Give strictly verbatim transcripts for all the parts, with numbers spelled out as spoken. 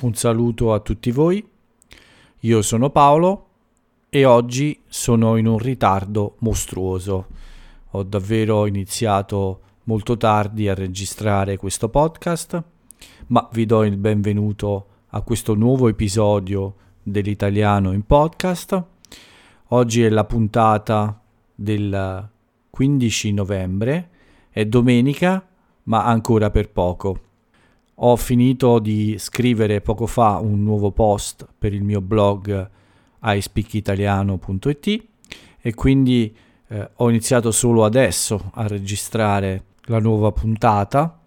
Un saluto a tutti voi, io sono Paolo e oggi sono in un ritardo mostruoso. Ho davvero iniziato molto tardi a registrare questo podcast, ma vi do il benvenuto a questo nuovo episodio dell'Italiano in Podcast. Oggi è la puntata del quindici novembre, è domenica, ma ancora per poco. Ho finito di scrivere poco fa un nuovo post per il mio blog i speak italiano punto it e quindi eh, ho iniziato solo adesso a registrare la nuova puntata,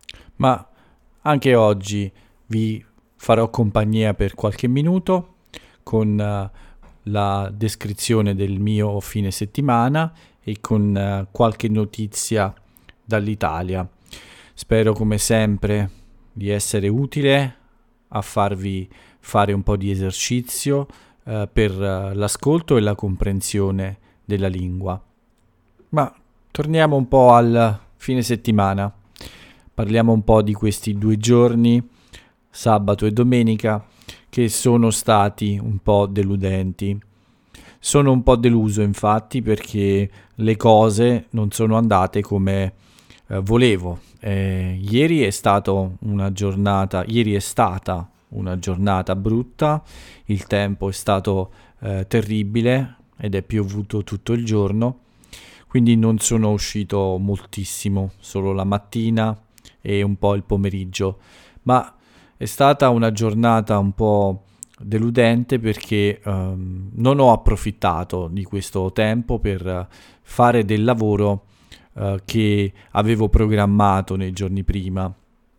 ma anche oggi vi farò compagnia per qualche minuto con uh, la descrizione del mio fine settimana e con uh, qualche notizia dall'Italia. Spero come sempre di essere utile a farvi fare un po' di esercizio uh, per uh, l'ascolto e la comprensione della lingua. Ma torniamo un po' al fine settimana. Parliamo un po' di questi due giorni, sabato e domenica, che sono stati un po' deludenti. Sono un po' deluso infatti perché le cose non sono andate come eh, volevo. Eh, ieri è stato una giornata, ieri è stata una giornata brutta, il tempo è stato eh, terribile ed è piovuto tutto il giorno, quindi non sono uscito moltissimo, solo la mattina e un po' il pomeriggio, ma è stata una giornata un po' deludente perché um, non ho approfittato di questo tempo per fare del lavoro uh, che avevo programmato nei giorni prima.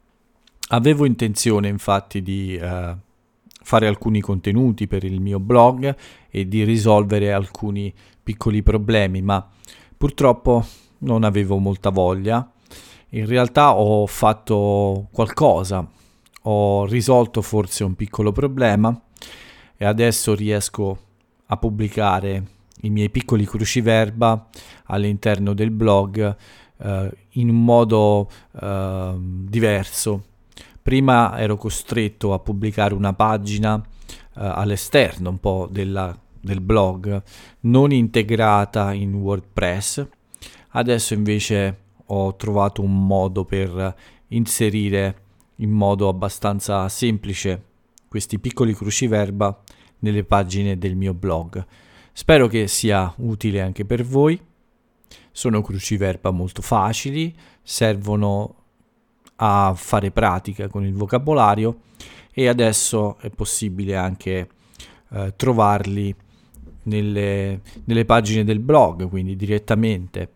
Avevo intenzione infatti di uh, fare alcuni contenuti per il mio blog e di risolvere alcuni piccoli problemi, ma purtroppo non avevo molta voglia. In realtà ho fatto qualcosa, ho risolto forse un piccolo problema e adesso riesco a pubblicare i miei piccoli cruciverba all'interno del blog eh, in un modo eh, diverso. Prima ero costretto a pubblicare una pagina eh, all'esterno un po' della, del blog, non integrata in WordPress. Adesso invece ho trovato un modo per inserire in modo abbastanza semplice questi piccoli cruciverba nelle pagine del mio blog. Spero che sia utile anche per voi. Sono cruciverba molto facili, servono a fare pratica con il vocabolario e adesso è possibile anche eh, trovarli nelle, nelle pagine del blog, quindi direttamente.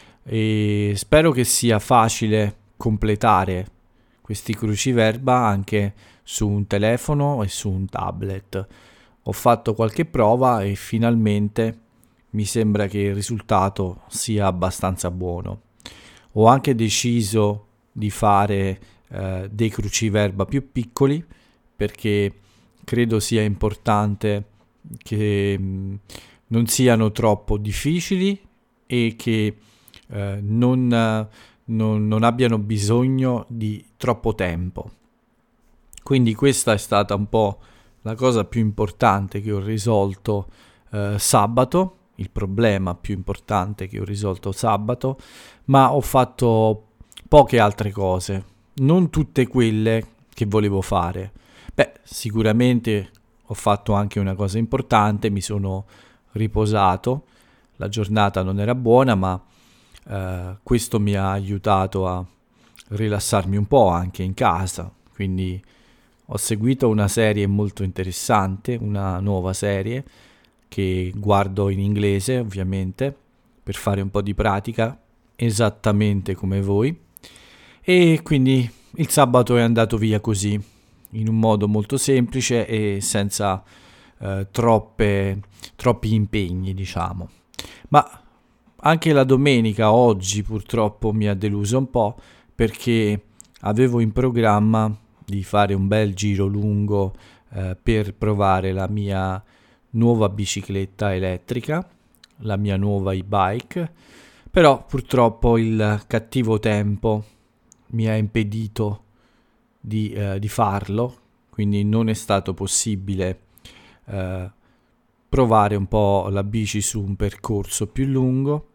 E spero che sia facile completare questi cruciverba anche su un telefono e su un tablet. Ho fatto qualche prova e finalmente mi sembra che il risultato sia abbastanza buono. Ho anche deciso di fare eh, dei cruciverba più piccoli perché credo sia importante che mh, non siano troppo difficili e che eh, non, non, non abbiano bisogno di troppo tempo. Quindi questa è stata un po' la cosa più importante che ho risolto eh, sabato, il problema più importante che ho risolto sabato, ma ho fatto poche altre cose, non tutte quelle che volevo fare. Beh, sicuramente ho fatto anche una cosa importante, mi sono riposato, la giornata non era buona, ma eh, questo mi ha aiutato a rilassarmi un po' anche in casa, quindi ho seguito una serie molto interessante, una nuova serie che guardo in inglese ovviamente per fare un po' di pratica esattamente come voi e quindi il sabato è andato via così in un modo molto semplice e senza eh, troppe, troppi impegni, diciamo. Ma anche la domenica oggi purtroppo mi ha deluso un po' perché avevo in programma di fare un bel giro lungo eh, per provare la mia nuova bicicletta elettrica, la mia nuova e-bike, però purtroppo il cattivo tempo mi ha impedito di, eh, di farlo, quindi non è stato possibile eh, provare un po' la bici su un percorso più lungo.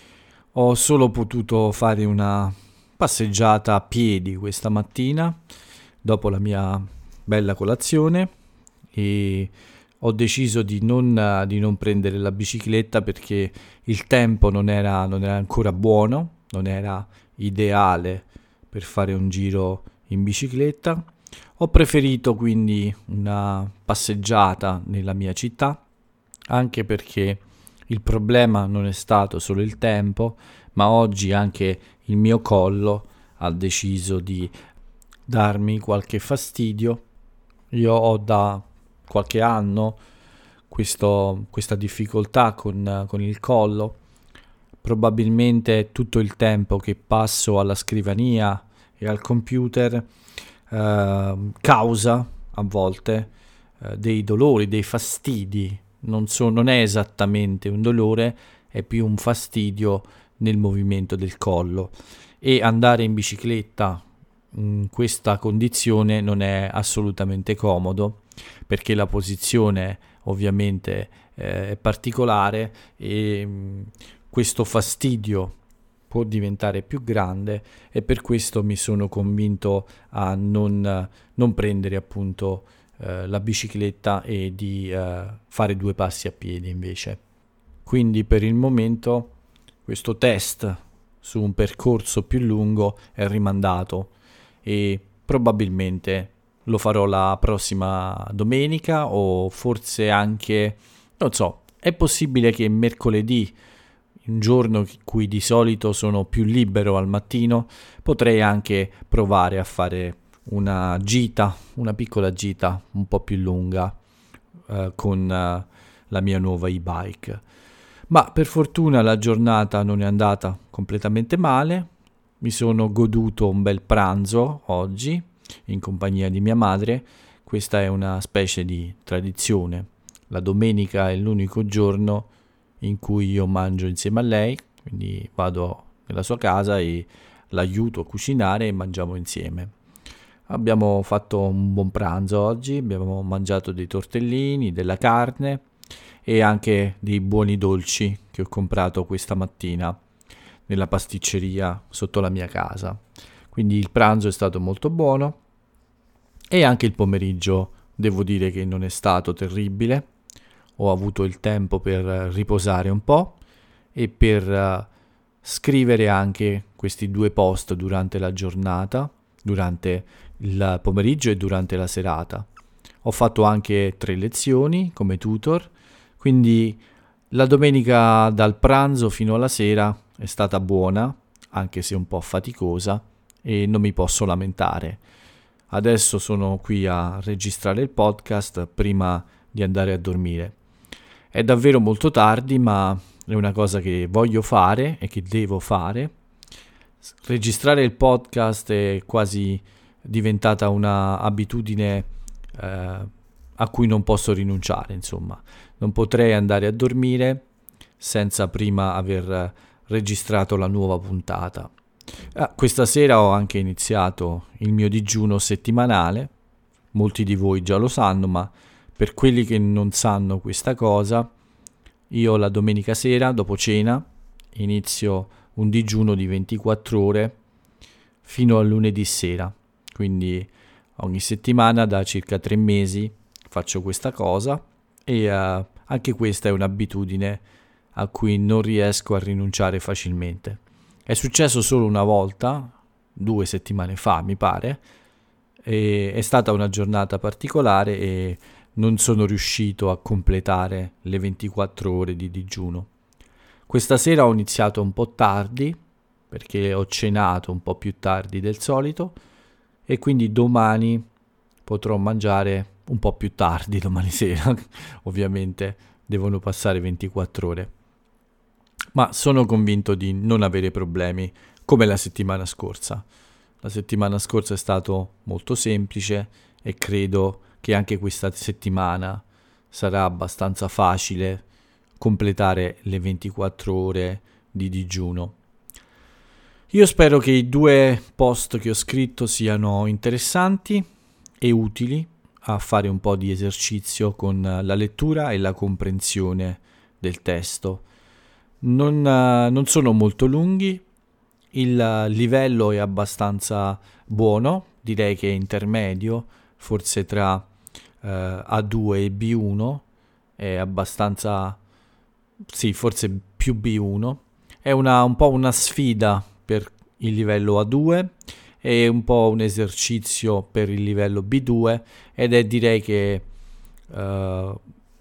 Ho solo potuto fare una passeggiata a piedi questa mattina dopo la mia bella colazione e ho deciso di non, di non prendere la bicicletta perché il tempo non era, non era ancora buono, non era ideale per fare un giro in bicicletta. Ho preferito quindi una passeggiata nella mia città, anche perché il problema non è stato solo il tempo, ma oggi anche il mio collo ha deciso di darmi qualche fastidio. Io ho da qualche anno questo, questa difficoltà con, con il collo. Probabilmente tutto il tempo che passo alla scrivania e al computer eh, causa a volte eh, dei dolori, dei fastidi. Non, so, non è esattamente un dolore, è più un fastidio nel movimento del collo, e andare in bicicletta in questa condizione non è assolutamente comodo, perché la posizione ovviamente eh, è particolare e mh, questo fastidio può diventare più grande, e per questo mi sono convinto a non, non prendere appunto eh, la bicicletta e di eh, fare due passi a piedi invece. Quindi per il momento questo test su un percorso più lungo è rimandato e probabilmente lo farò la prossima domenica, o forse anche, non so, è possibile che mercoledì, un giorno in cui di solito sono più libero al mattino, potrei anche provare a fare una gita, una piccola gita un po' più lunga eh, con eh, la mia nuova e-bike. Ma per fortuna la giornata non è andata completamente male, mi sono goduto un bel pranzo oggi in compagnia di mia madre. Questa è una specie di tradizione. La domenica è l'unico giorno in cui io mangio insieme a lei, quindi vado nella sua casa e l'aiuto a cucinare e mangiamo insieme. Abbiamo fatto un buon pranzo oggi, abbiamo mangiato dei tortellini, della carne e anche dei buoni dolci che ho comprato questa mattina nella pasticceria sotto la mia casa. Quindi il pranzo è stato molto buono e anche il pomeriggio devo dire che non è stato terribile. Ho avuto il tempo per riposare un po' e per uh, scrivere anche questi due post durante la giornata, durante il pomeriggio e durante la serata. Ho fatto anche tre lezioni come tutor, quindi la domenica dal pranzo fino alla sera è stata buona, anche se un po' faticosa, e non mi posso lamentare. Adesso sono qui a registrare il podcast prima di andare a dormire. È davvero molto tardi, ma è una cosa che voglio fare e che devo fare. Registrare il podcast è quasi diventata una abitudine eh, a cui non posso rinunciare, insomma. Non potrei andare a dormire senza prima aver registrato la nuova puntata. Ah, questa sera ho anche iniziato il mio digiuno settimanale. Molti di voi già lo sanno, ma per quelli che non sanno questa cosa, io la domenica sera, dopo cena, inizio un digiuno di ventiquattro ore fino a lunedì sera. Quindi ogni settimana da circa tre mesi faccio questa cosa e uh, anche questa è un'abitudine a cui non riesco a rinunciare facilmente. È successo solo una volta, due settimane fa mi pare, e è stata una giornata particolare e non sono riuscito a completare le ventiquattro ore di digiuno. Questa sera ho iniziato un po' tardi perché ho cenato un po' più tardi del solito e quindi domani potrò mangiare un po' più tardi domani sera. Ovviamente devono passare ventiquattro ore. Ma sono convinto di non avere problemi come la settimana scorsa. La settimana scorsa è stato molto semplice e credo che anche questa settimana sarà abbastanza facile completare le ventiquattro ore di digiuno. Io spero che i due post che ho scritto siano interessanti e utili a fare un po' di esercizio con la lettura e la comprensione del testo. Non, eh, non sono molto lunghi, il livello è abbastanza buono, direi che è intermedio, forse tra eh, A due e B uno, è abbastanza, sì, forse più B uno. È una, un po' una sfida per il livello A due e un po' un esercizio per il livello B due, ed è, direi che eh,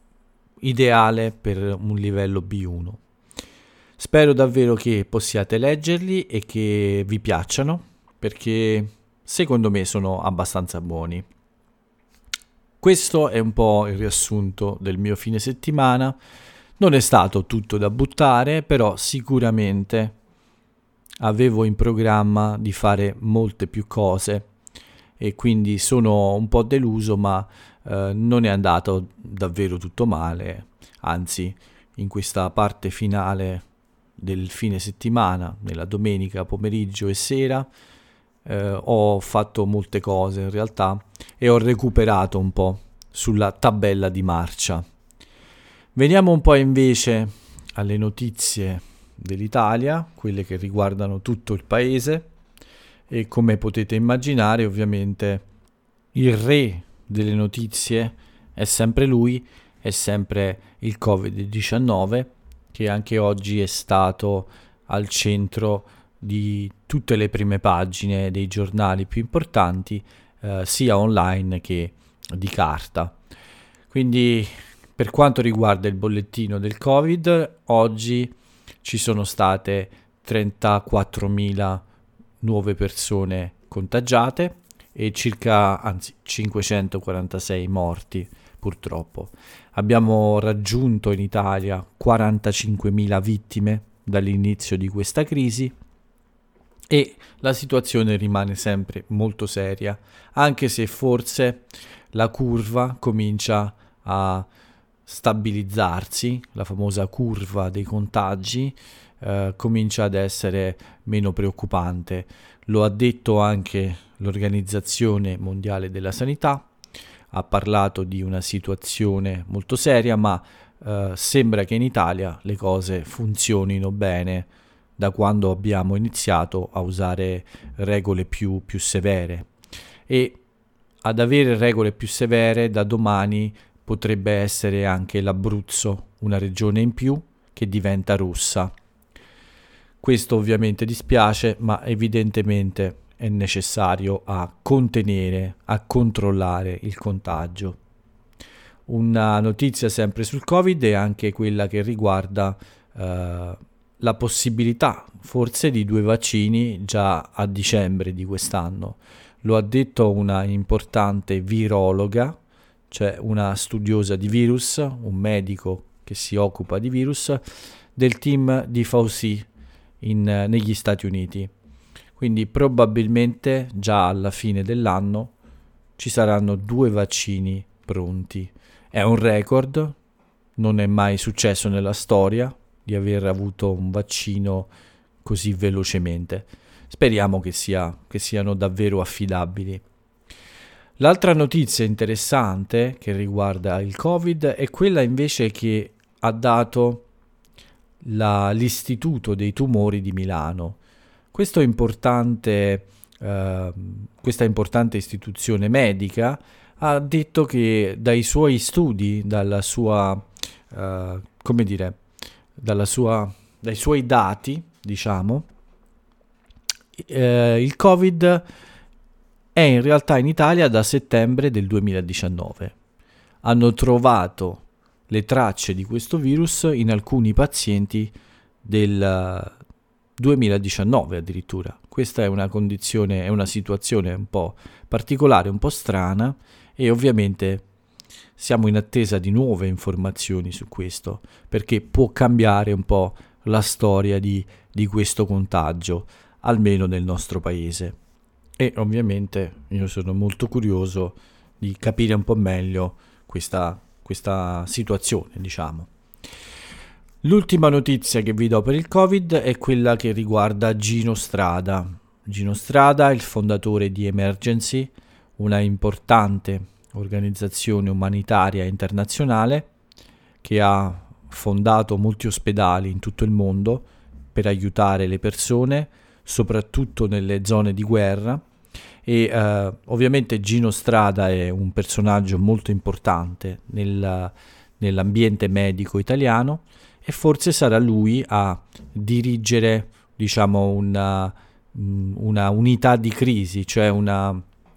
ideale per un livello B uno. Spero davvero che possiate leggerli e che vi piacciono, perché secondo me sono abbastanza buoni. Questo è un po' il riassunto del mio fine settimana. Non è stato tutto da buttare, però sicuramente avevo in programma di fare molte più cose e quindi sono un po' deluso, ma eh, non è andato davvero tutto male. Anzi, in questa parte finale del fine settimana, nella domenica pomeriggio e sera, eh, ho fatto molte cose in realtà e ho recuperato un po' sulla tabella di marcia. Veniamo un po' invece alle notizie dell'Italia, quelle che riguardano tutto il paese, e come potete immaginare ovviamente il re delle notizie è sempre lui, è sempre il covid diciannove, che anche oggi è stato al centro di tutte le prime pagine dei giornali più importanti, eh, sia online che di carta. Quindi per quanto riguarda il bollettino del Covid, oggi ci sono state trentaquattromila nuove persone contagiate e circa, anzi, cinquecentoquarantasei morti, purtroppo. Abbiamo raggiunto in Italia quarantacinquemila vittime dall'inizio di questa crisi e la situazione rimane sempre molto seria, anche se forse la curva comincia a stabilizzarsi, la famosa curva dei contagi eh, comincia ad essere meno preoccupante. Lo ha detto anche l'Organizzazione Mondiale della Sanità, ha parlato di una situazione molto seria, ma eh, sembra che in Italia le cose funzionino bene da quando abbiamo iniziato a usare regole più, più severe, e ad avere regole più severe da domani potrebbe essere anche l'Abruzzo, una regione in più che diventa rossa. Questo ovviamente dispiace, ma evidentemente è necessario a contenere, a controllare il contagio. Una notizia sempre sul Covid è anche quella che riguarda eh, la possibilità forse di due vaccini già a dicembre di quest'anno. Lo ha detto una importante virologa, cioè una studiosa di virus, un medico che si occupa di virus, del team di Fauci in, negli Stati Uniti. Quindi probabilmente già alla fine dell'anno ci saranno due vaccini pronti. È un record, non è mai successo nella storia di aver avuto un vaccino così velocemente. Speriamo che, sia, che siano davvero affidabili. L'altra notizia interessante che riguarda il Covid è quella invece che ha dato la, l'Istituto dei Tumori di Milano. Questo importante, eh, questa importante istituzione medica ha detto che dai suoi studi, dalla sua, eh, come dire, dalla sua, dai suoi dati, diciamo, eh, il Covid è in realtà in Italia da settembre del duemiladiciannove. Hanno trovato le tracce di questo virus in alcuni pazienti del duemiladiciannove addirittura. Questa è una condizione, è una situazione un po' particolare, un po' strana, e ovviamente siamo in attesa di nuove informazioni su questo, perché può cambiare un po' la storia di, di questo contagio, almeno nel nostro paese. E ovviamente io sono molto curioso di capire un po' meglio questa, questa situazione, diciamo. L'ultima notizia che vi do per il Covid è quella che riguarda Gino Strada. Gino Strada, il fondatore di Emergency, una importante organizzazione umanitaria internazionale che ha fondato molti ospedali in tutto il mondo per aiutare le persone, soprattutto nelle zone di guerra. E eh, ovviamente Gino Strada è un personaggio molto importante nel, nell'ambiente medico italiano, e forse sarà lui a dirigere, diciamo, una, una unità di crisi, cioè una,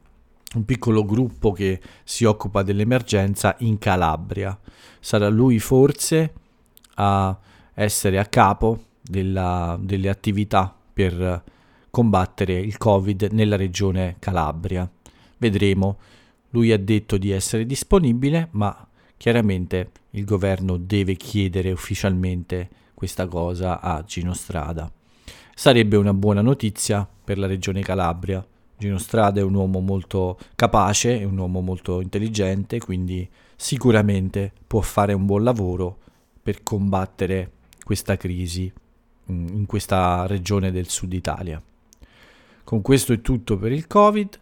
un piccolo gruppo che si occupa dell'emergenza in Calabria. Sarà lui forse a essere a capo della, delle attività per combattere il Covid nella regione Calabria. Vedremo. Lui ha detto di essere disponibile, ma chiaramente il governo deve chiedere ufficialmente questa cosa a Gino Strada. Sarebbe una buona notizia per la regione Calabria. Gino Strada è un uomo molto capace, è un uomo molto intelligente, quindi sicuramente può fare un buon lavoro per combattere questa crisi in questa regione del sud Italia. Con questo è tutto per il Covid.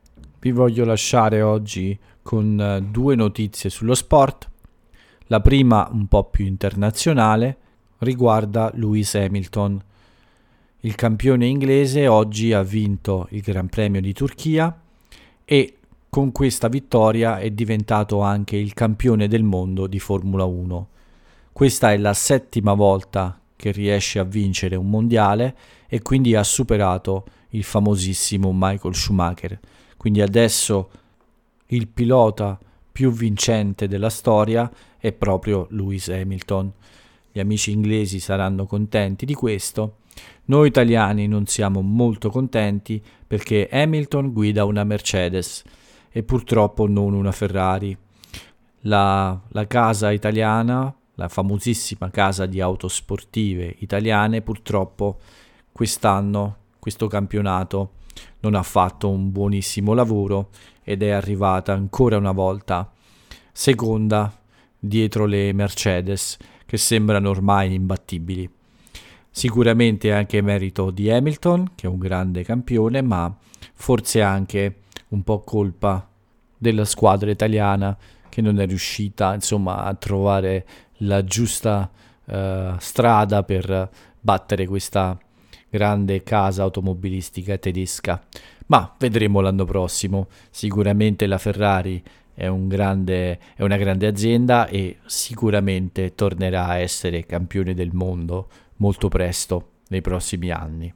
Vi voglio lasciare oggi con due notizie sullo sport. La prima, un po' più internazionale, riguarda Lewis Hamilton. Il campione inglese oggi ha vinto il Gran Premio di Turchia e con questa vittoria è diventato anche il campione del mondo di Formula uno. Questa è la settima volta che riesce a vincere un mondiale e quindi ha superato il famosissimo Michael Schumacher. Quindi adesso il pilota più vincente della storia è proprio Lewis Hamilton. Gli amici inglesi saranno contenti di questo. Noi italiani non siamo molto contenti perché Hamilton guida una Mercedes e purtroppo non una Ferrari. La, la casa italiana, la famosissima casa di auto sportive italiane, purtroppo quest'anno, questo campionato, non ha fatto un buonissimo lavoro ed è arrivata ancora una volta seconda dietro le Mercedes, che sembrano ormai imbattibili. Sicuramente è anche merito di Hamilton, che è un grande campione, ma forse anche un po' colpa della squadra italiana che non è riuscita, insomma, a trovare la giusta uh, strada per battere questa grande casa automobilistica tedesca. Ma vedremo l'anno prossimo. Sicuramente la Ferrari è, un grande, è una grande azienda e sicuramente tornerà a essere campione del mondo molto presto nei prossimi anni.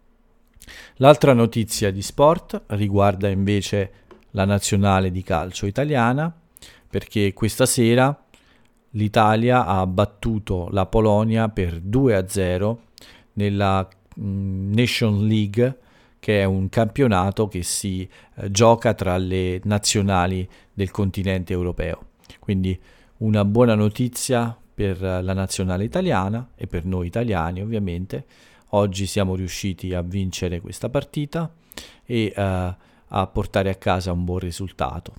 L'altra notizia di sport riguarda invece la nazionale di calcio italiana, perché questa sera l'Italia ha battuto la Polonia per due a zero nella mh, Nation League, che è un campionato che si eh, gioca tra le nazionali del continente europeo. Quindi una buona notizia per la nazionale italiana e per noi italiani, ovviamente. Oggi siamo riusciti a vincere questa partita e uh, a portare a casa un buon risultato.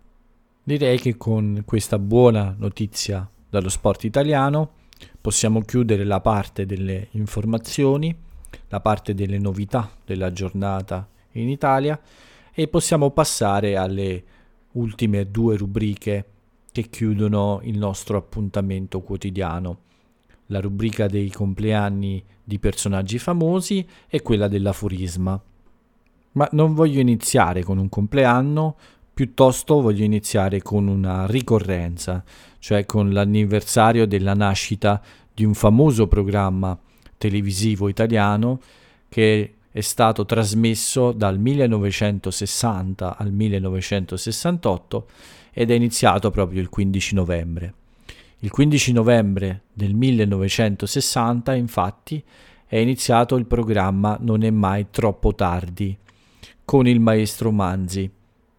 Direi che con questa buona notizia dallo sport italiano possiamo chiudere la parte delle informazioni, la parte delle novità della giornata in Italia, e possiamo passare alle ultime due rubriche che chiudono il nostro appuntamento quotidiano: la rubrica dei compleanni di personaggi famosi e quella dell'aforisma. Ma non voglio iniziare con un compleanno, piuttosto voglio iniziare con una ricorrenza, cioè con l'anniversario della nascita di un famoso programma televisivo italiano che è stato trasmesso dal millenovecentosessanta al millenovecentosessantotto ed è iniziato proprio il quindici novembre. Il quindici novembre del millenovecentosessanta, infatti, è iniziato il programma Non è mai troppo tardi, con il maestro Manzi.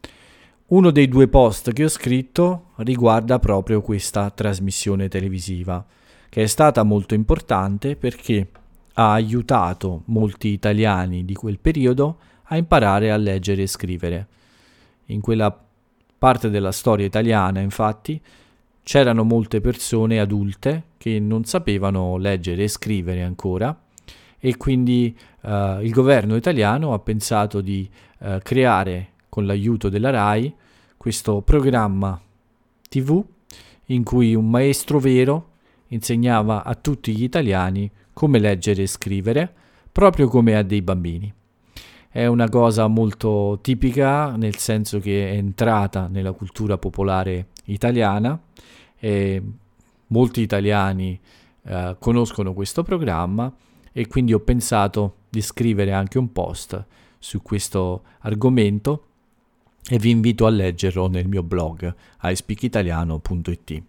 Uno dei due post che ho scritto riguarda proprio questa trasmissione televisiva, che è stata molto importante perché ha aiutato molti italiani di quel periodo a imparare a leggere e scrivere. In quella parte della storia italiana, infatti, c'erano molte persone adulte che non sapevano leggere e scrivere ancora, e quindi uh, il governo italiano ha pensato di uh, creare, con l'aiuto della RAI, questo programma tivù in cui un maestro vero insegnava a tutti gli italiani come leggere e scrivere, proprio come a dei bambini. È una cosa molto tipica, nel senso che è entrata nella cultura popolare italiana e molti italiani eh, conoscono questo programma, e quindi ho pensato di scrivere anche un post su questo argomento e vi invito a leggerlo nel mio blog i speak italiano punto it.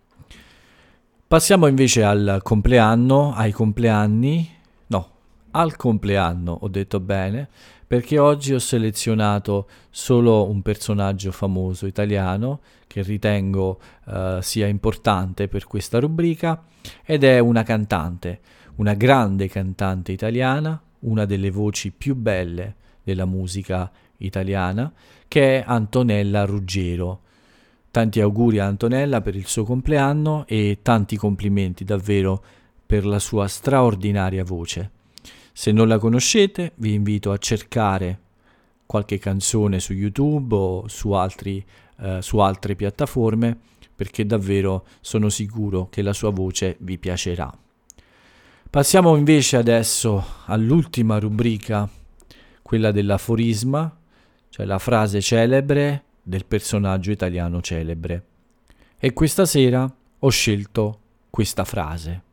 Passiamo invece al compleanno, ai compleanni, no, al compleanno ho detto bene, perché oggi ho selezionato solo un personaggio famoso italiano che ritengo uh, sia importante per questa rubrica, ed è una cantante, una grande cantante italiana, una delle voci più belle della musica italiana, che è Antonella Ruggiero. Tanti auguri a Antonella per il suo compleanno e tanti complimenti davvero per la sua straordinaria voce. Se non la conoscete, vi invito a cercare qualche canzone su YouTube o su, altri, eh, su altre piattaforme, perché davvero sono sicuro che la sua voce vi piacerà. Passiamo invece adesso all'ultima rubrica, quella dell'aforisma, cioè la frase celebre del personaggio italiano celebre. E questa sera ho scelto questa frase: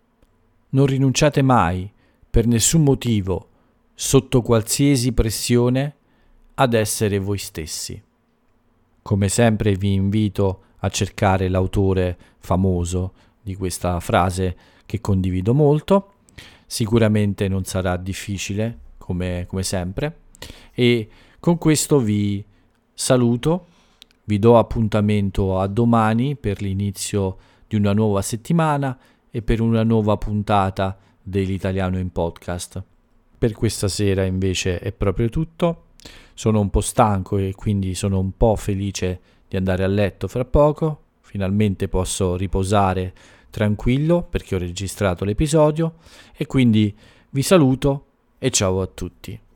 non rinunciate mai, per nessun motivo, sotto qualsiasi pressione, ad essere voi stessi. Come sempre vi invito a cercare l'autore famoso di questa frase, che condivido molto. Sicuramente non sarà difficile, come, come sempre, e con questo vi saluto, vi do appuntamento a domani per l'inizio di una nuova settimana e per una nuova puntata dell'Italiano in Podcast. Per questa sera invece è proprio tutto. Sono un po' stanco e quindi sono un po' felice di andare a letto fra poco. Finalmente posso riposare tranquillo perché ho registrato l'episodio, e quindi vi saluto e ciao a tutti.